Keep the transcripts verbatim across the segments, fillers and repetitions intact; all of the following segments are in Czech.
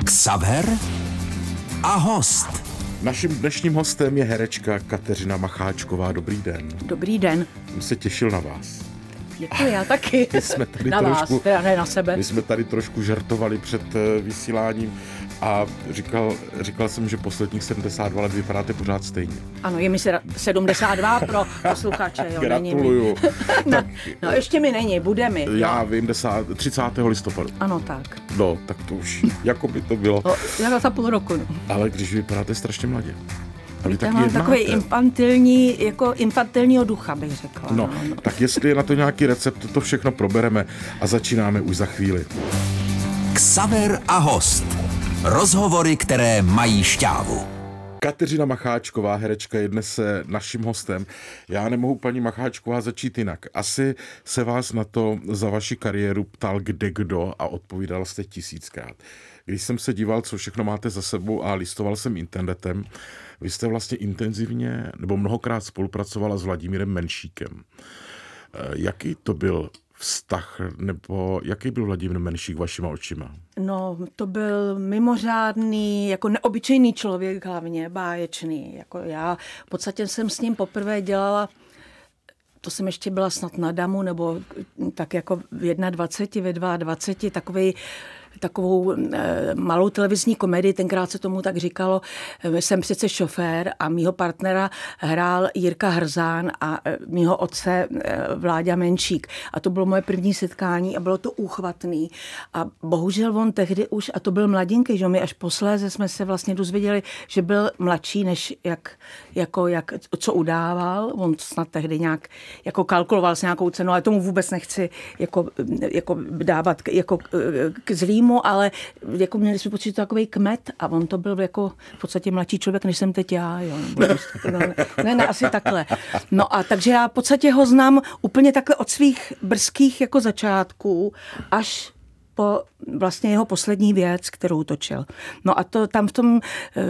Xaver a host. Naším dnešním hostem je herečka Kateřina Macháčková. Dobrý den. Dobrý den. Jsem se těšil na vás. Děkuji, já taky. My jsme tady na trošku, vás, teda ne na sebe. My jsme tady trošku žartovali před vysíláním a říkal, říkal jsem, že posledních sedmdesát dva let vypadáte pořád stejně. Ano, je mi sedmdesát dva pro posluchače. Jo, gratuluju. no, no ještě mi není, bude mi. Já jo. vím, třicátého listopadu. Ano, tak. No, tak to už, jako by to bylo. O, jako za půl roku. No. Ale když vypadáte strašně mladě. Víte, mám takový infantilní, jako infantilního ducha, bych řekla. No, no, no, tak jestli je na to nějaký recept, to všechno probereme a začínáme už za chvíli. Xaver a host. Rozhovory, které mají šťávu. Kateřina Macháčková, herečka, je dnes naším hostem. Já nemohu, paní Macháčková, začít jinak. Asi se vás na to za vaši kariéru ptal kde kdo a odpovídal jste tisíckrát. Když jsem se díval, co všechno máte za sebou a listoval jsem internetem, vy jste vlastně intenzivně nebo mnohokrát spolupracovala s Vladimírem Menšíkem. Jaký to byl vztah, nebo jaký byl Vladimír Menšík vašima očima? No, to byl mimořádný, jako neobyčejný člověk hlavně, báječný. Jako já v podstatě jsem s ním poprvé dělala, to jsem ještě byla snad na damu, nebo tak jako v dvaceti jedna, ve dvaceti dva, takovej takovou e, malou televizní komedii, tenkrát se tomu tak říkalo, e, Jsem přece šofér a mýho partnera hrál Jirka Hrzán a e, mýho otce e, Vláďa Menšík. A to bylo moje první setkání a bylo to úchvatný. A bohužel on tehdy už, a to byl mladinky, že my až posléze jsme se vlastně dozvěděli, že byl mladší, než jak, jako, jak, co udával. On snad tehdy nějak jako kalkuloval s nějakou cenu, ale tomu vůbec nechci jako, jako dávat jako k zlýmu, ale jako měli jsme pocit, takový kmet a on to byl jako v podstatě mladší člověk, než jsem teď já. Jo. No, ne, ne, asi takhle. No a takže já v podstatě ho znám úplně takhle od svých brzkých jako začátků až po vlastně jeho poslední věc, kterou točil. No a to tam v tom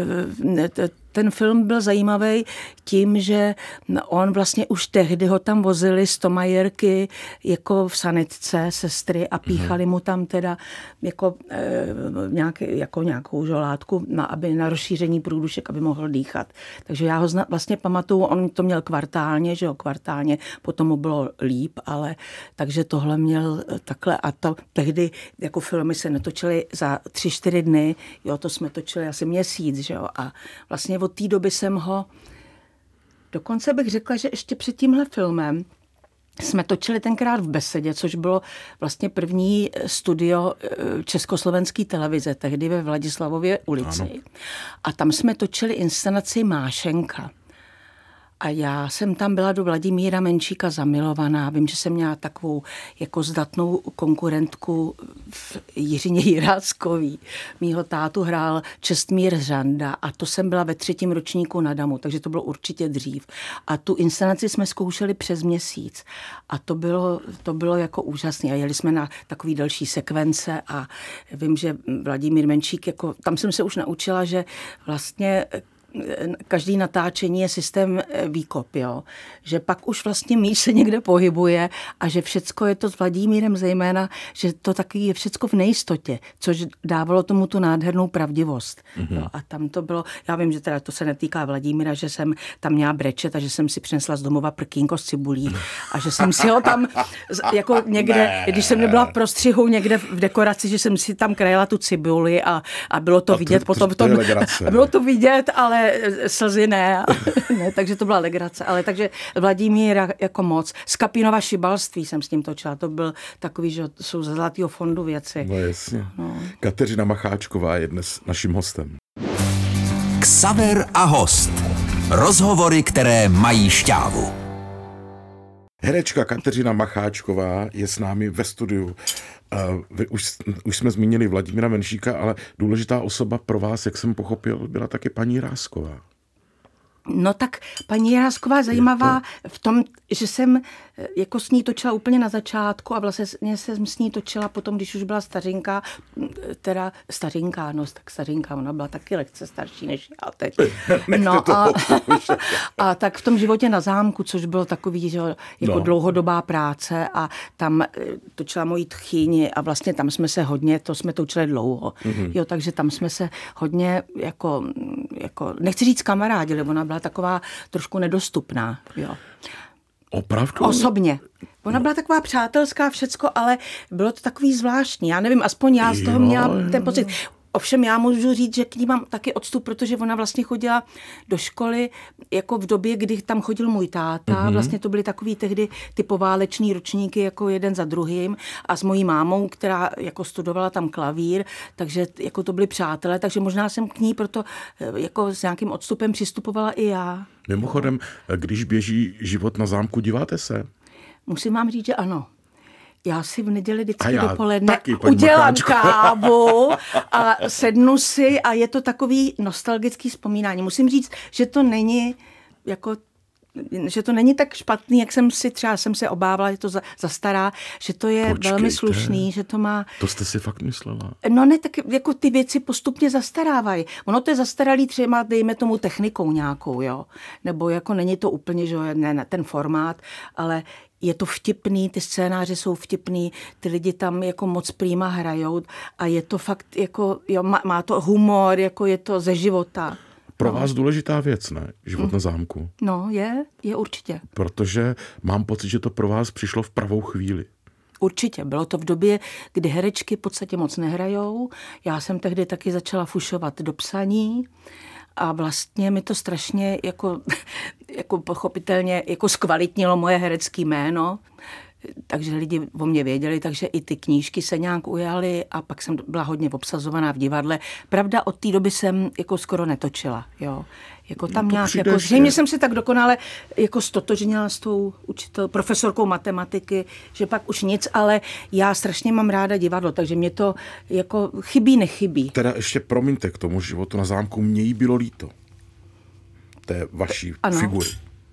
ten film byl zajímavý tím, že on vlastně už tehdy ho tam vozili z Tomajerky jako v sanitce sestry a píchali mu tam teda jako, e, nějaký, jako nějakou žolátku, na, aby na rozšíření průdušek, aby mohl dýchat. Takže já ho zna, vlastně pamatuju, on to měl kvartálně, že jo, kvartálně, potom mu bylo líp, ale takže tohle měl takhle a to tehdy jako filmy se netočily za tři, čtyři dny, jo, to jsme točili asi měsíc, že jo, a vlastně od té doby jsem ho, dokonce bych řekla, že ještě před tímhle filmem jsme točili tenkrát v Besedě, což bylo vlastně první studio československé televize, tehdy ve Vladislavově ulici. Ano. A tam jsme točili inscenaci Mášenka. A já jsem tam byla do Vladimíra Menšíka zamilovaná. Vím, že jsem měla takovou jako zdatnou konkurentku v Jiřině Jiráckový. Mýho tátu hrál Čestmír Řanda a to jsem byla ve třetím ročníku na damu, takže to bylo určitě dřív. A tu inscenaci jsme zkoušeli přes měsíc a to bylo, to bylo jako úžasné. A jeli jsme na takový další sekvence a vím, že Vladimír Menšík, jako, tam jsem se už naučila, že vlastně každý natáčení je systém výkop, jo. Že pak už vlastně míč se někde pohybuje a že všecko je to s Vladimírem zejména, že to taky je všecko v nejistotě, což dávalo tomu tu nádhernou pravdivost. Mm-hmm. Jo. A tam to bylo, já vím, že teda to se netýká Vladimíra, že jsem tam měla brečet a že jsem si přinesla z domova prkínko s cibulí a že jsem si ho tam jako někde, ne. Když jsem nebyla v prostřihu někde v dekoraci, že jsem si tam krajela tu cibuli a, a bylo to a vidět to, potom. To, to tom, bylo to vidět, ale slzy ne, ne, takže to byla legrace. Ale takže Vladimíra jako moc. Z Kapinova šibalství jsem s ním točila. To byl takový, že jsou ze Zlatého fondu věci. No jasně. No. Kateřina Macháčková je dnes naším hostem. Xaver a host. Rozhovory, které mají šťávu. Herečka Kateřina Macháčková je s námi ve studiu. Uh, vy už, už jsme zmínili Vladimíra Menšíka, ale důležitá osoba pro vás, jak jsem pochopil, byla taky paní Jirásková. No tak paní Jirásková zajímavá to... v tom, že jsem jako s ní točila úplně na začátku a vlastně jsem s ní točila potom, když už byla stařinka, teda stařinka, no tak stařinka, ona byla taky lehce starší než já teď. No a, a tak v tom Životě na zámku, což bylo takový, že jako no. dlouhodobá práce a tam točila mojí tchýni a vlastně tam jsme se hodně, to jsme točili dlouho, mm-hmm. jo, takže tam jsme se hodně jako, jako nechci říct kamarádili, ona byla taková trošku nedostupná, jo. Opravdu? Osobně. Ona no. byla taková přátelská všecko, ale bylo to takový zvláštní. Já nevím, aspoň já z toho jo, měla jo. ten pocit. Ovšem já můžu říct, že k ní mám taky odstup, protože ona vlastně chodila do školy jako v době, kdy tam chodil můj táta. Mm-hmm. Vlastně to byly takový tehdy ty pováleční ročníky jako jeden za druhým a s mojí mámou, která jako studovala tam klavír, takže jako to byli přátelé, takže možná jsem k ní proto jako s nějakým odstupem přistupovala i já. Mimochodem, když běží Život na zámku, díváte se? Musím vám říct, že ano. Já si v neděli vždycky já dopoledne taky, udělám Macháčko. kávu a sednu si a je to takový nostalgický vzpomínání. Musím říct, že to není jako že to není tak špatný, jak jsem si třeba jsem se obávala, že to za, zastará, že to je Počkejte. velmi slušný, že to má... To jste si fakt myslela? No ne, tak jako ty věci postupně zastarávají. Ono to je zastaralý třeba, dejme tomu technikou nějakou, jo. Nebo jako není to úplně, že ne, ne ten formát, ale je to vtipný, ty scénáře jsou vtipný, ty lidi tam jako moc prýma hrajou a je to fakt jako, jo, má, má to humor, jako je to ze života. Pro no. vás důležitá věc, ne? Život na zámku. No, je, je určitě. Protože mám pocit, že to pro vás přišlo v pravou chvíli. Určitě. Bylo to v době, kdy herečky v podstatě moc nehrajou. Já jsem tehdy taky začala fušovat do psaní a vlastně mi to strašně jako, jako pochopitelně jako zkvalitnilo moje herecké jméno. Takže lidi o mě věděli, takže i ty knížky se nějak ujaly a pak jsem byla hodně obsazovaná v divadle. Pravda, od té doby jsem jako skoro netočila, jo. Jako tam no nějak, jako, zřejmě jsem se tak dokonale jako stotožnila s tou učitel, profesorkou matematiky, že pak už nic, ale já strašně mám ráda divadlo, takže mě to jako chybí, nechybí. Teda ještě promiňte k tomu Životu na zámku, mně jí bylo líto. Té vaší ano. figury.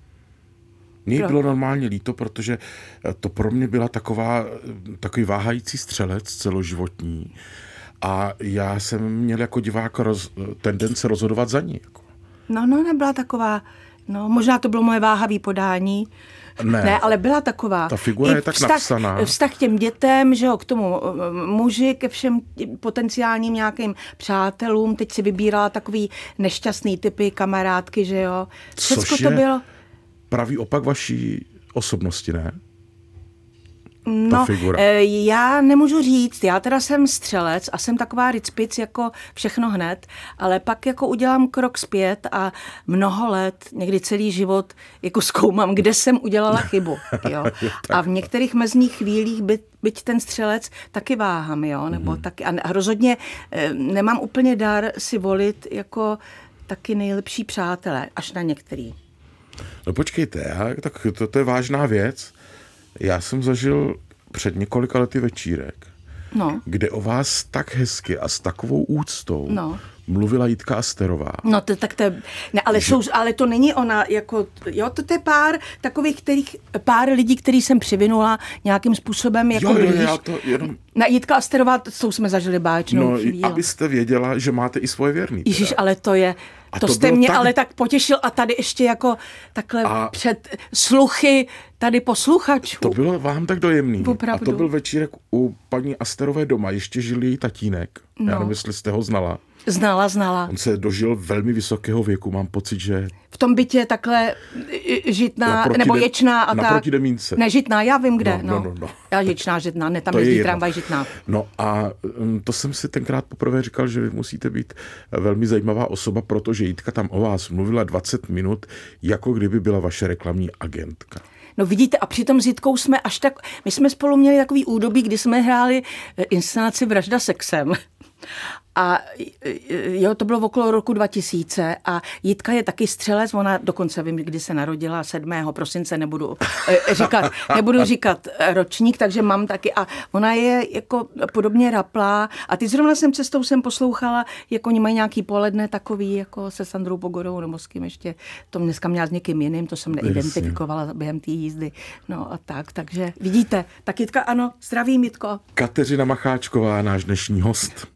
Mně bylo normálně líto, protože to pro mě byla taková, takový váhající střelec celoživotní a já jsem měl jako divák roz, tendence rozhodovat za ní. Jako. No, no, nebyla taková, no, možná to bylo moje váhavý podání, ne, ne ale byla taková. Ta figura I je tak vztah, napsaná. Vztah k těm dětem, že jo, k tomu muži, ke všem potenciálním nějakým přátelům, teď si vybírala takový nešťastný typy, kamarádky, že jo. Všecko to bylo... pravý opak vaší osobnosti, ne? No, já nemůžu říct, já teda jsem střelec a jsem taková ricpic jako všechno hned, ale pak jako udělám krok zpět a mnoho let, někdy celý život jako zkoumám, kde jsem udělala chybu, jo. A v některých mezních chvílích byť, byť ten střelec taky váhám, jo, nebo mm. taky, a rozhodně nemám úplně dar si volit jako taky nejlepší přátelé, až na některý. No počkejte, já, tak to, to je vážná věc. Já jsem zažil před několika lety večírek, no. kde o vás tak hezky a s takovou úctou no. mluvila Jitka Asterová. No to, tak to je, ne, ale, že... jsou, ale to není ona, jako, jo, to, to je pár takových, kterých, pár lidí, který jsem přivinula nějakým způsobem, jako jo, blíž. Já to jenom... Na Jitka Asterová, s tou jsme zažili báječnou no, chvíli. Abyste věděla, že máte i svoje věrný. Ježíš, ale to je... To, to jste mě tak... ale tak potěšil a tady ještě jako takhle a... před sluchy tady posluchačů. To bylo vám tak dojemný. Opravdu. A to byl večírek u paní Asterové doma. Ještě žil její tatínek. No. Já nevím, jestli jste ho znala. Znala, znala. On se dožil velmi vysokého věku. Mám pocit, že... V tom bytě takhle Žitná, nebo Ječná a tak. Naproti Demínce. Ne, Žitná, já vím kde. No, no, no, no. Já Ječná, Žitná, ne, tam jezdí tramvaj Žitná. No a to jsem si tenkrát poprvé říkal, že vy musíte být velmi zajímavá osoba, protože Jitka tam o vás mluvila dvacet minut, jako kdyby byla vaše reklamní agentka. No vidíte, a přitom s Jitkou jsme až tak... My jsme spolu měli takový údobí, kdy jsme hráli inscenaci Vražda sexem. A jo, to bylo okolo roku dva tisíce a Jitka je taky střelec, ona dokonce vím, kdy se narodila, sedmého prosince, nebudu říkat, nebudu říkat ročník, takže mám taky a ona je jako podobně raplá a ty zrovna jsem cestou jsem poslouchala, jako oni mají nějaký poledne takový, jako se Sandrou Pogodovou nebo s kým ještě, to dneska měla s někým jiným, to jsem neidentifikovala během té jízdy, no a tak, takže vidíte, tak Jitka, ano, zdravím Jitko. Kateřina Macháčková, náš dnešní host.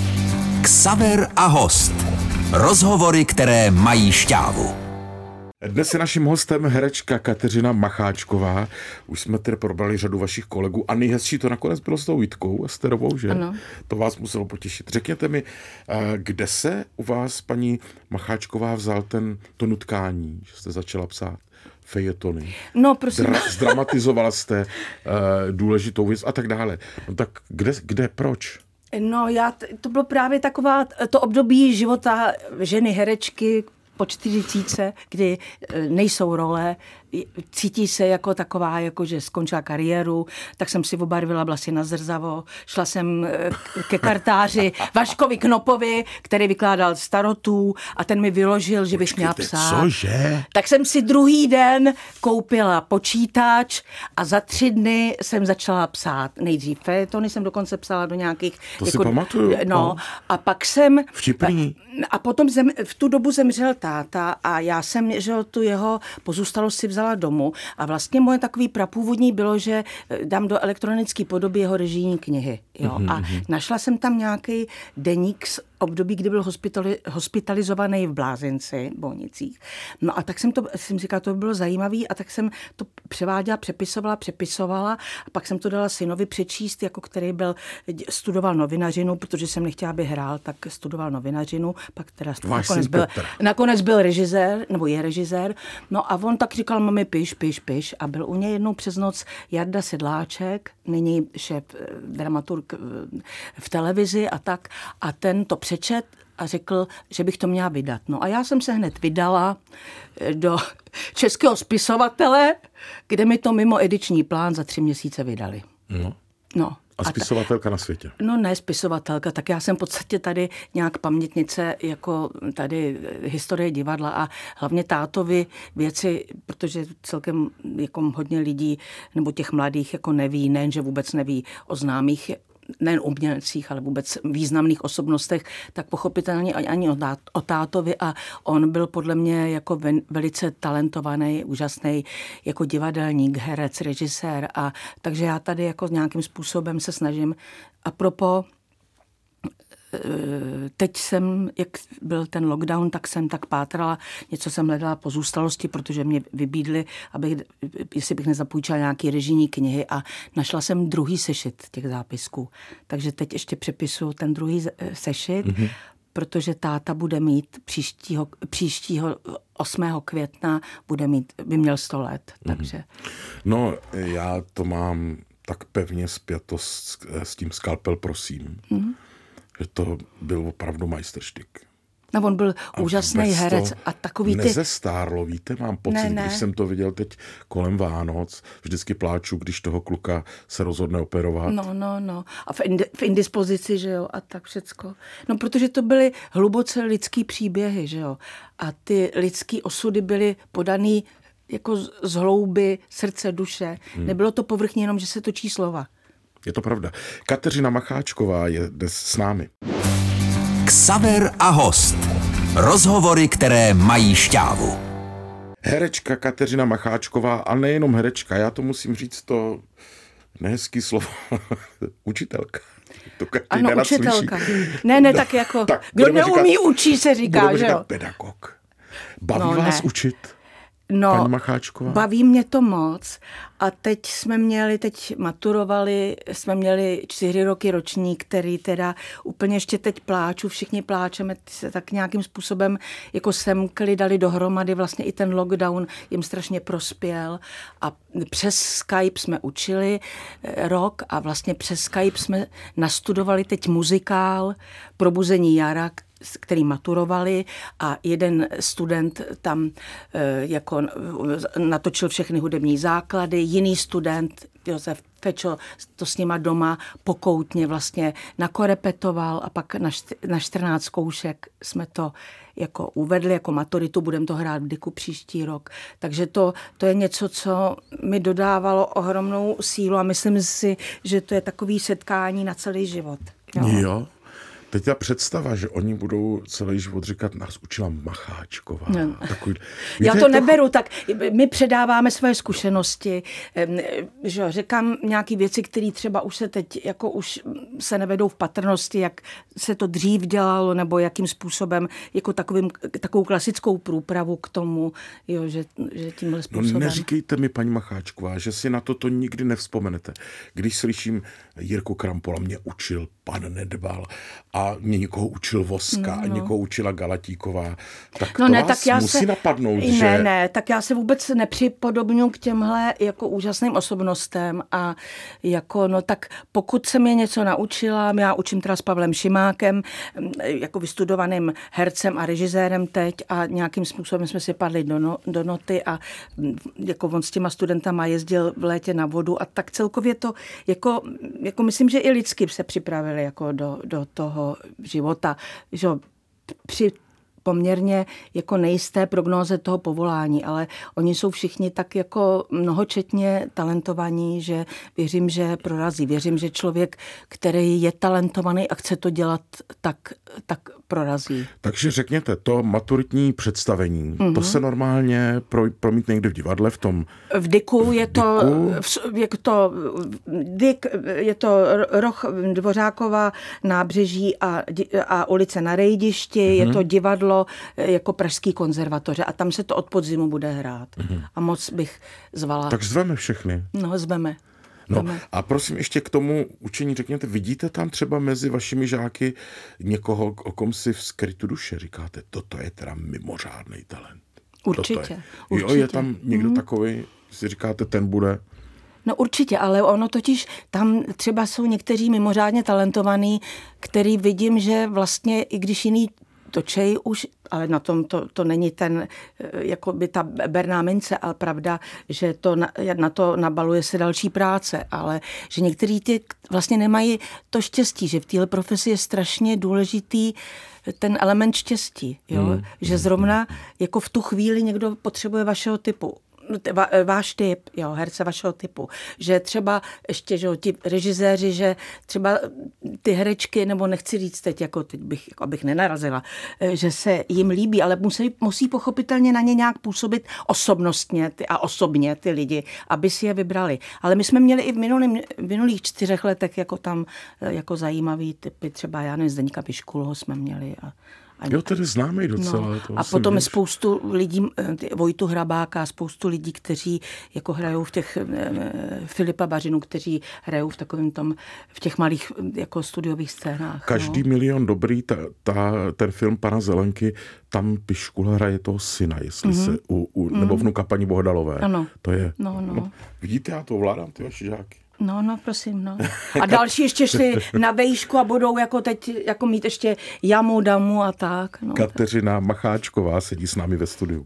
Xaver a host. Rozhovory, které mají šťávu. Dnes je naším hostem herečka Kateřina Macháčková. Už jsme tedy probrali řadu vašich kolegů a nejhezčí to nakonec bylo s tou Jitkou Esterovou, že? Ano. To vás muselo potěšit. Řekněte mi, kde se u vás, paní Macháčková, vzal ten, to nutkání, že jste začala psát fejetony? No, prosím. Dra- zdramatizovala jste uh, důležitou věc a tak dále. No tak kde, kde, proč? No já, to bylo právě taková, to období života ženy herečky po čtyřicítce, kdy nejsou role, cítí se jako taková, jako že skončila kariéru, tak jsem si obarvila vlasy na zrzavo, šla jsem ke kartáři Vaškovi Knopovi, který vykládal starotů a ten mi vyložil, že bych měla psát. Cože? Tak jsem si druhý den koupila počítač a za tři dny jsem začala psát. Nejdřív fejetony jsem dokonce psala do nějakých... To jako, si pamatuju. No, no. A pak jsem... Vtipný. A potom zem, v tu dobu zemřel táta a já jsem, že tu jeho pozůstalost si vzala domů a vlastně moje takový prapůvodní bylo, že dám do elektronické podoby jeho režijní knihy. Jo? Mm-hmm. A našla jsem tam nějaký deník z období, kdy byl hospitali, hospitalizovaný v Blázinci, v Bolnicích. No a tak jsem to, jsem říkala, to by bylo zajímavý a tak jsem to převáděla, přepisovala, přepisovala a pak jsem to dala synovi přečíst, jako který byl, studoval novinařinu, protože jsem nechtěla, aby hrál, tak studoval novinařinu, pak teda nakonec byl, nakonec byl režisér, nebo je režisér, no a on tak říkal, mami, piš, piš, piš a byl u něj jednou přes noc Jarda Sedláček, nyní šéf dramaturg v televizi a tak a ten to přečet a řekl, že bych to měla vydat. No a já jsem se hned vydala do českého spisovatele, kde mi to mimo ediční plán za tři měsíce vydali. No. No. A spisovatelka na světě? No ne spisovatelka, tak já jsem v podstatě tady nějak pamětnice jako tady historie divadla a hlavně tátovi věci, protože celkem jako hodně lidí nebo těch mladých jako neví, nejen, že vůbec neví o známých nejen umělcích, ale vůbec významných osobnostech, tak pochopitelně ani o tátovi a on byl podle mě jako velice talentovaný, úžasný jako divadelník, herec, režisér a takže já tady jako nějakým způsobem se snažím. A propos, teď jsem, jak byl ten lockdown, tak jsem tak pátrala, něco jsem hledala pozůstalosti, protože mě vybídli, abych, jestli bych nezapůjčila nějaký režijní knihy a našla jsem druhý sešit těch zápisků. Takže teď ještě přepisuju ten druhý sešit, mm-hmm. protože táta bude mít příštího, příštího osmého května bude mít, by měl sto let. Mm-hmm. Takže. No, já to mám tak pevně zpěto s, s tím Skalpel, prosím. Mm-hmm. Že to byl opravdu majsterštyk. No, on byl a úžasný herec a takový ty... Nezestárlo, víte, mám pocit, ne, ne. Když jsem to viděl teď kolem Vánoc, vždycky pláču, když toho kluka se rozhodne operovat. No, no, no. A v, indi, v indispozici, že jo, a tak všecko. No, protože to byly hluboce lidský příběhy, že jo. A ty lidský osudy byly podaný jako z, z hlouby srdce, duše. Hmm. Nebylo to povrchně jenom, že se točí slova. Je to pravda. Kateřina Macháčková je dnes s námi. Xaver a host. Rozhovory, které mají šťávu. Herečka Kateřina Macháčková, a nejenom herečka, já to musím říct to nehezký slovo, učitelka. To ano, učitelka. Slyší. Ne, ne, tak jako, tak, kdo neumí, říkat, učí, se říká, že jo. Pedagog. Baví no, vás ne. učit? No, paní Macháčková? Baví mě to moc a teď jsme měli, teď maturovali, jsme měli čtyři roky ročník, který teda úplně ještě teď pláču, všichni pláčeme, se tak nějakým způsobem jako semkli, dali dohromady, vlastně i ten lockdown jim strašně prospěl a přes Skype jsme učili rok a vlastně přes Skype jsme nastudovali teď muzikál Probuzení jara, který maturovali a jeden student tam jako natočil všechny hudební základy, jiný student Josef Fečo to s nima doma pokoutně vlastně nakorepetoval a pak na, št- na čtrnáct zkoušek jsme to jako uvedli jako maturitu, budeme to hrát v Diku příští rok. Takže to, to je něco, co mi dodávalo ohromnou sílu a myslím si, že to je takový setkání na celý život. Jo. jo. Teď ta představa, že oni budou celý život říkat, nás učila Macháčková. No. Takový, Já to neberu, tak my předáváme své zkušenosti, že říkám nějaké věci, které třeba už se teď jako už se nevedou v patrnosti, jak se to dřív dělalo, nebo jakým způsobem, jako takovým, takovou klasickou průpravu k tomu, jo, že, že tímhle způsobem. No neříkejte mi, paní Macháčková, že si na to to nikdy nevzpomenete. Když slyším Jirku Krampola, mě učil pan Nedbal a mě někoho učil Voska no, no. a někoho učila Galatíková, tak no to ne, vás tak já musí se, napadnout, ne, že... Ne, ne, tak já se vůbec nepřipodobňuji k těmhle jako úžasným osobnostem a jako, no tak pokud jsem je něco naučila, já učím teda s Pavlem Šimákem, jako vystudovaným hercem a režisérem teď a nějakým způsobem jsme si padli do, no, do noty a jako on s těma studentama jezdil v létě na vodu a tak celkově to, jako, jako myslím, že i lidsky se připravili jako do, do toho života, že při poměrně jako nejisté prognóze toho povolání, ale oni jsou všichni tak jako mnohočetně talentovaní, že věřím, že prorazí. Věřím, že člověk, který je talentovaný a chce to dělat, tak, tak prorazí. Takže řekněte, to maturitní představení, mm-hmm. to se normálně pro, promítne někde v divadle v tom... V Diku je to, v, je to Dik, je to roh Dvořákova nábřeží a, a ulice na Rejdišti, mm-hmm. je to divadlo jako Pražský konzervatoře a tam se to od podzimu bude hrát. Mm-hmm. A moc bych zvala. Tak zveme všechny. No, zveme. No a prosím ještě k tomu učení řekněte, vidíte tam třeba mezi vašimi žáky někoho, o kom si v skrytu duše říkáte, toto je teda mimořádný talent. Určitě. Je. určitě. Jo, je tam někdo mm. takový, si říkáte, ten bude... No určitě, ale ono totiž, tam třeba jsou někteří mimořádně talentovaní, který vidím, že vlastně, i když jiný točej už, ale na tom to, to není ten, jako by ta berná mince, ale pravda, že to na, na to nabaluje se další práce, ale že někteří ty vlastně nemají to štěstí, že v téhle profesi je strašně důležitý ten element štěstí, jo? Hmm. Že zrovna jako v tu chvíli někdo potřebuje vašeho typu. Váš typ, jo, herce vašeho typu, že třeba ještě, že ti režiséři, že třeba ty herečky, nebo nechci říct teď, jako teď bych, jako abych nenarazila, že se jim líbí, ale musí, musí pochopitelně na ně nějak působit osobnostně ty, a osobně ty lidi, aby si je vybrali. Ale my jsme měli i v, minulým, v minulých čtyřech letech jako tam jako zajímavý typy, třeba já nevím, Zdeňka Piškulho jsme měli a Jo, tedy známý docela. No. To a potom je spoustu lidí, Vojtu Hrabáka, spoustu lidí, kteří jako hrajou v těch, Filipa Bařinu, kteří hrajou v takovém tom, v těch malých jako studiových scénách. Každý no. milion dobrý, ta, ta, ten film Pana Zelenky, tam Piškula hraje toho syna, jestli mm-hmm. se, u, u, mm-hmm. nebo vnuka paní Bohdalové. Ano. To je, no, no. No, vidíte, já to ovládám, ty vaši žáky. No, no, prosím, no. A další ještě šli na vejšku a budou jako teď jako mít ještě jamu, damu a tak. No, Kateřina Macháčková sedí s námi ve studiu.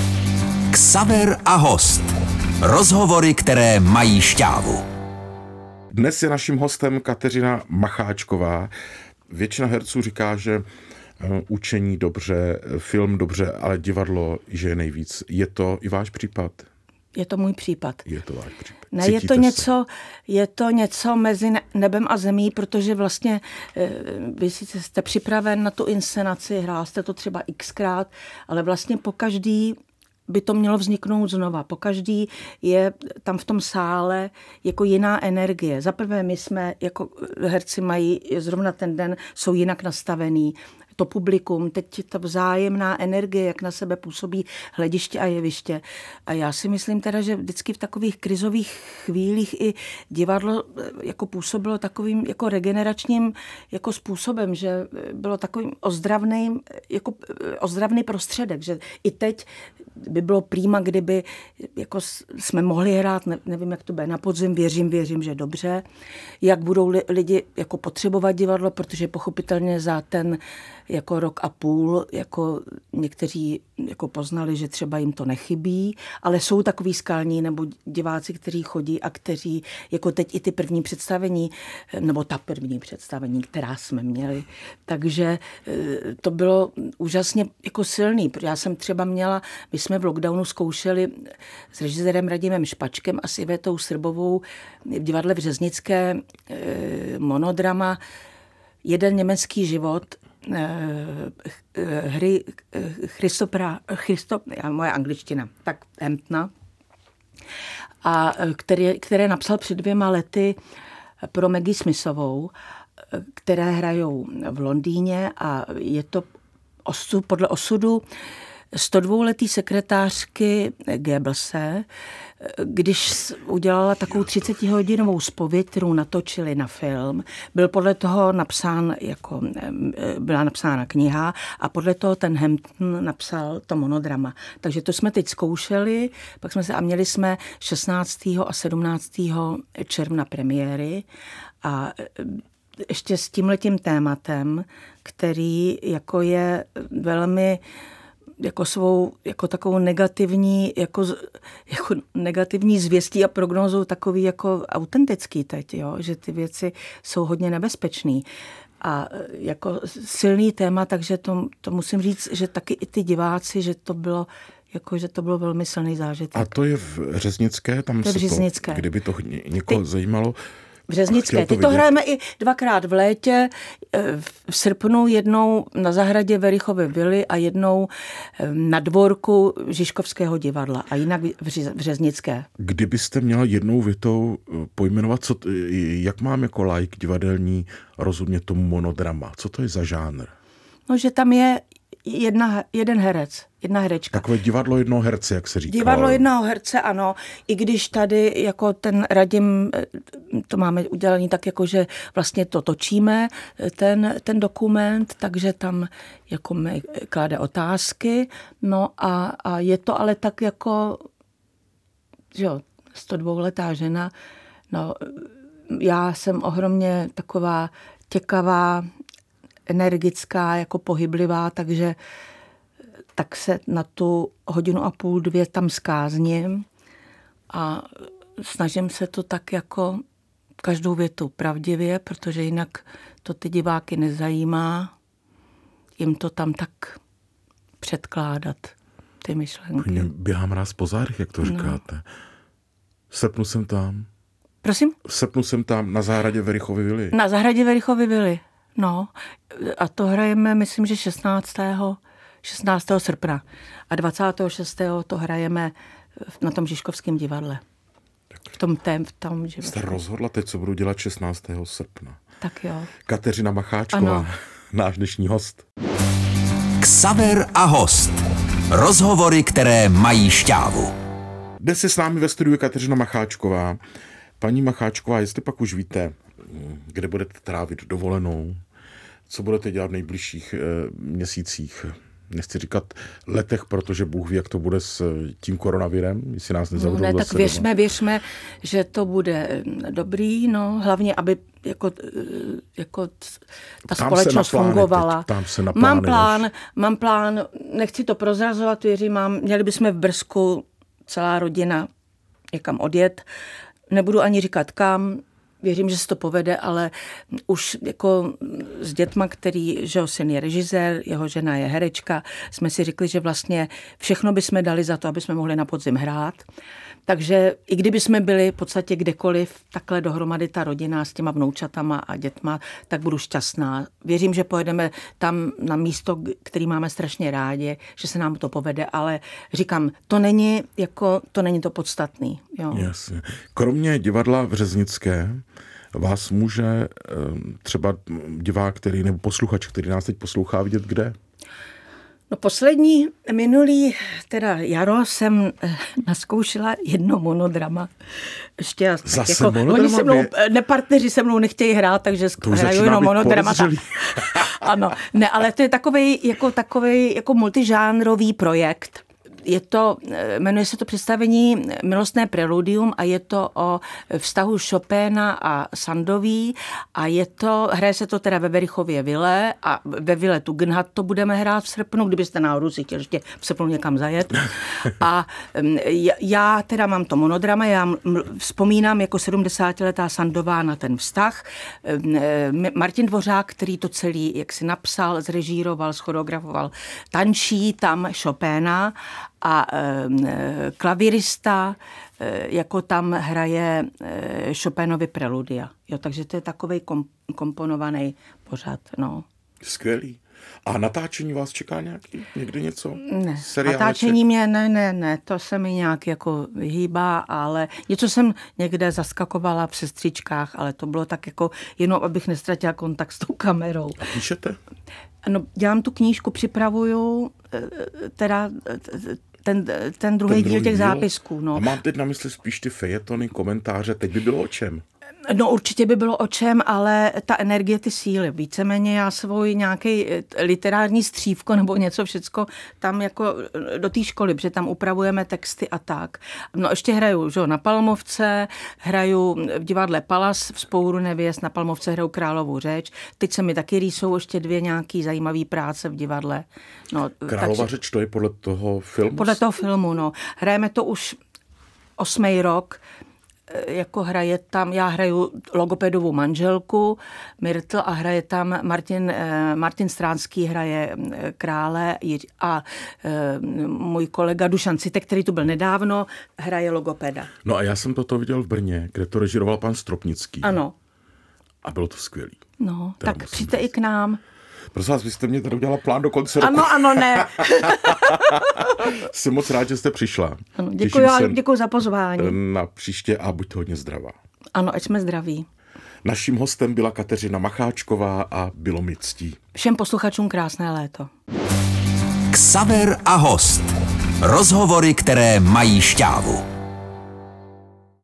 Xaver a host. Rozhovory, které mají šťávu. Dnes je naším hostem Kateřina Macháčková. Většina herců říká, že učení dobře, film dobře, ale divadlo, že je nejvíc. Je to i váš případ? Je to můj případ. Je to váš případ. Ne, je to, něco, je to něco mezi nebem a zemí, protože vlastně vy sice jste připraven na tu inscenaci, hrál jste to třeba xkrát, ale vlastně po každý by to mělo vzniknout znova. Po každý je tam v tom sále jako jiná energie. Za prvé my jsme, jako herci mají zrovna ten den, jsou jinak nastavený. To publikum, teď ta vzájemná energie, jak na sebe působí hlediště a jeviště. A já si myslím teda, že vždycky v takových krizových chvílích i divadlo jako působilo takovým jako regeneračním jako způsobem, že bylo takovým ozdravným, jako ozdravný prostředek, že i teď by bylo prýma, kdyby jako jsme mohli hrát, ne, nevím, jak to bude na podzim, věřím, věřím, že dobře, jak budou li, lidi jako potřebovat divadlo, protože pochopitelně za ten jako rok a půl, jako někteří jako poznali, že třeba jim to nechybí, ale jsou takový skalní nebo diváci, kteří chodí a kteří, jako teď i ty první představení, nebo ta první představení, která jsme měli. Takže to bylo úžasně jako silný. Já jsem třeba měla, my jsme v lockdownu zkoušeli s režisérem Radimem Špačkem a s Ivetou Srbovou v divadle v Řeznické monodrama Jeden německý život hry Christopra, Christop, moje angličtina, tak Hamptona, a které, které napsal před dvěma lety pro Maggie Smithovou, které hrajou v Londýně a je to osud, podle osudu sto dvouletý sekretářky Goebbelse, když udělala takovou třicetihodinovou zpověď, kterou natočili na film, byl podle toho napsán, jako, byla napsána kniha a podle toho ten Hampton napsal to monodrama. Takže to jsme teď zkoušeli, pak jsme se a měli jsme šestnáctého a sedmnáctého června premiéry a ještě s tímhletím tématem, který jako je velmi jako svou, jako takovou negativní, jako, jako negativní zvěstí a prognózou takový jako autentický teď, jo? Že ty věci jsou hodně nebezpečný. A jako silný téma, takže to, to musím říct, že taky i ty diváci, že to bylo jako, že to bylo velmi silný zážitek. A to je v Řeznické? Tam to je v Řeznické. To, kdyby to někoho ty... zajímalo. V Řeznické. Ty to hrajeme i dvakrát v létě, v srpnu jednou na zahradě Verichovy vily a jednou na dvorku Žižkovského divadla a jinak v Řeznické. Kdybyste měla jednou větou pojmenovat, co, jak mám jako laik divadelní rozumět tomu monodrama? Co to je za žánr? No, že tam je jedna, jeden herec, jedna herečka. Takové divadlo jednoho herce, jak se říká. Divadlo jednoho herce, ano. I když tady jako ten Radim, to máme udělaný tak, jako že vlastně to točíme, ten, ten dokument, takže tam jako mi klade otázky. No a, a je to ale tak jako, že jo, sto dvouletá žena. No, já jsem ohromně taková těkavá, energická, jako pohyblivá, takže tak se na tu hodinu a půl, dvě tam skázním a snažím se to tak jako každou větu pravdivě, protože jinak to ty diváky nezajímá, jim to tam tak předkládat, ty myšlenky. Mě běhám ráz po zádech, jak to říkáte. No. V srpnu jsem tam. Prosím? V srpnu jsem tam na zahradě Verichovy vily. Na zahradě Verichovy vily. No, a to hrajeme, myslím, že šestnáctého srpna a dvacátého šestého to hrajeme na tom Žižkovském divadle. V tom tém, v tom divadle. Jste rozhodla teď, co budu dělat šestnáctého srpna. Tak jo. Kateřina Macháčková, ano. Náš dnešní host. Xaver a host. Rozhovory, které mají šťávu. Dnes je s námi ve studiu Kateřina Macháčková. Paní Macháčková, jestli pak už víte, kde budete trávit dovolenou, co budete dělat v nejbližších e, měsících, nechci říkat letech, protože Bůh ví, jak to bude s tím koronavirem, jestli nás nezavřou no ne, zase tak věřme, doma. věřme, že to bude dobrý, no, hlavně, aby jako, jako ta Ptám společnost fungovala. Teď, ptám se na mám plány, plán, než... mám plán, nechci to prozrazovat, věřím, mám, měli bychom v Brzku celá rodina někam odjet, nebudu ani říkat kam, věřím, že se to povede, ale už jako s dětma, který, že jo, syn je režisér, jeho žena je herečka, jsme si řekli, že vlastně všechno bychom dali za to, aby jsme mohli na podzim hrát. Takže i kdyby jsme byli v podstatě kdekoliv takhle dohromady ta rodina s těma vnoučatama a dětma, tak budu šťastná. Věřím, že pojedeme tam na místo, který máme strašně rádi, že se nám to povede, ale říkám, to není jako, to není to podstatný. Jo. Jasně. Kromě divadla v Řeznické vás může třeba divák, který, nebo posluchač, který nás teď poslouchá, vidět kde? No poslední, minulý, teda jaro jsem naskoušela jedno monodrama. Ještě Zase jako, monodrama? Oni se mnou, nepartneři se mnou nechtějí hrát, takže hraju jenom monodrama. Ano, ne, ale to je takovej, jako takovej, jako multižánrový projekt. je to, jmenuje se to představení Milostné preludium a je to o vztahu Chopina a Sandový a je to, hraje se to teda ve Verichově vile a ve vile Tugendhat to budeme hrát v srpnu, kdybyste náhodou si chtěli ještě v srpnu někam zajet. A já teda mám to monodrama, já vzpomínám jako sedmdesátiletá Sandová na ten vztah. Martin Dvořák, který to celý jaksi napsal, zrežíroval, choreografoval, tančí tam Chopina a e, klavírista e, jako tam hraje e, Chopinovy preludia. Jo, takže to je takovej kom, komponovaný pořad. No. Skvělý. A natáčení vás čeká nějaký, někdy něco? Ne, seriáleček? Natáčení mě, ne, ne, ne, to se mi nějak jako vyhýbá, ale něco jsem někde zaskakovala při stříčkách, ale to bylo tak jako jenom, abych nestratila kontakt s tou kamerou. A píšete? No, dělám tu knížku, připravuju, teda ten, ten druhý díl těch zápisků. No. A mám teď na mysli spíš ty fejetony, komentáře, teď by bylo o čem? No určitě by bylo o čem, ale ta energie, ty síly. Víceméně já svůj nějaký literární střívko nebo něco všecko tam jako do té školy, protože tam upravujeme texty a tak. No ještě hraju že, na Palmovce, hraju v divadle Palas, v Spouru nevěst, na Palmovce hraju Královou řeč. Teď se mi taky rýsou ještě dvě nějaký zajímavý práce v divadle. No, Králova takže, řeč, to je podle toho filmu? Podle toho filmu, no. Hrajeme to už osmý rok. Jako hraje tam, já hraju logopedovou manželku Myrtl a hraje tam Martin, Martin Stránský hraje krále a můj kolega Dušan Citek, který tu byl nedávno, hraje logopeda. No a já jsem toto viděl v Brně, kde to režíroval pan Stropnický. Ano. A bylo to skvělý. No, teda tak přijďte i k nám. Prosím vás, vy jste mě tady udělala plán do konce roku. Ano, ano, ne. Jsem moc rád, že jste přišla. Ano, děkuji, děkuji za pozvání. Na příště a buďte hodně zdravá. Ano, ať jsme zdraví. Naším hostem byla Kateřina Macháčková a bylo mi ctí. Všem posluchačům krásné léto. Xaver a host. Rozhovory, které mají šťávu.